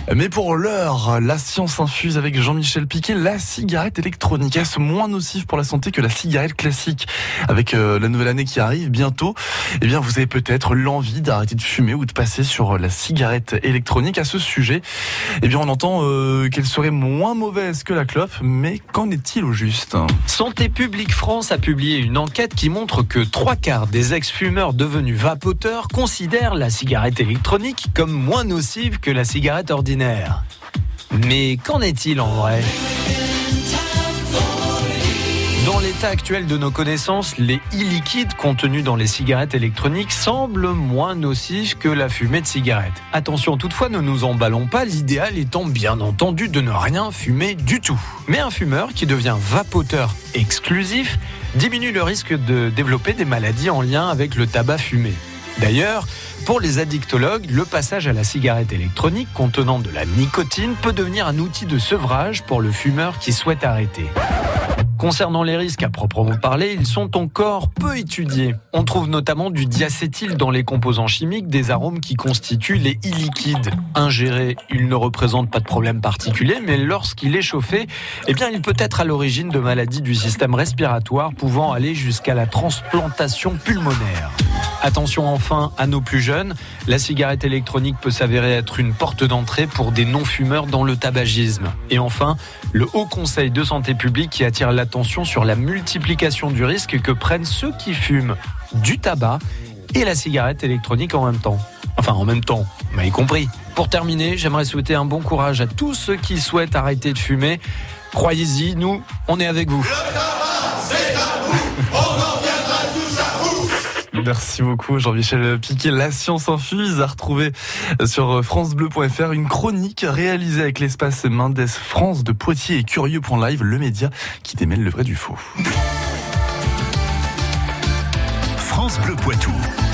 Mais pour l'heure, la science infuse avec Jean-Michel Piquet, la cigarette électronique, est-ce moins nocive pour la santé que la cigarette classique? Avec la nouvelle année qui arrive bientôt, eh bien vous avez peut-être l'envie d'arrêter de fumer ou de passer sur la cigarette électronique. À ce sujet, eh bien on entend qu'elle serait moins mauvaise que la clope, mais qu'en est-il au juste? Santé publique France a publié une enquête qui montre que 3/4 des ex-fumeurs devenus vapoteurs considèrent la cigarette électronique comme moins nocive que la cigarette ordinaire. Mais qu'en est-il en vrai ? Dans l'état actuel de nos connaissances, les e-liquides contenus dans les cigarettes électroniques semblent moins nocifs que la fumée de cigarette. Attention toutefois, ne nous emballons pas, l'idéal étant bien entendu de ne rien fumer du tout. Mais un fumeur qui devient vapoteur exclusif diminue le risque de développer des maladies en lien avec le tabac fumé. D'ailleurs, pour les addictologues, le passage à la cigarette électronique contenant de la nicotine peut devenir un outil de sevrage pour le fumeur qui souhaite arrêter. Concernant les risques à proprement parler, ils sont encore peu étudiés. On trouve notamment du diacétyl dans les composants chimiques des arômes qui constituent les e-liquides. Ingéré, il ne représente pas de problème particulier, mais lorsqu'il est chauffé, eh bien, il peut être à l'origine de maladies du système respiratoire pouvant aller jusqu'à la transplantation pulmonaire. Attention enfin à nos plus jeunes, la cigarette électronique peut s'avérer être une porte d'entrée pour des non-fumeurs dans le tabagisme. Et enfin, le Haut Conseil de santé publique qui attire l'attention sur la multiplication du risque que prennent ceux qui fument du tabac et la cigarette électronique en même temps. Enfin, en même temps, vous m'avez compris. Pour terminer, j'aimerais souhaiter un bon courage à tous ceux qui souhaitent arrêter de fumer. Croyez-y, nous, on est avec vous. Le tabac, c'est tabou, on en viendra tous à bout. Merci beaucoup Jean-Michel Piquet. La science infuse à retrouver sur francebleu.fr, une chronique réalisée avec l'espace Mendes France de Poitiers et Curieux.live, le média qui démêle le vrai du faux. France Bleu Poitou.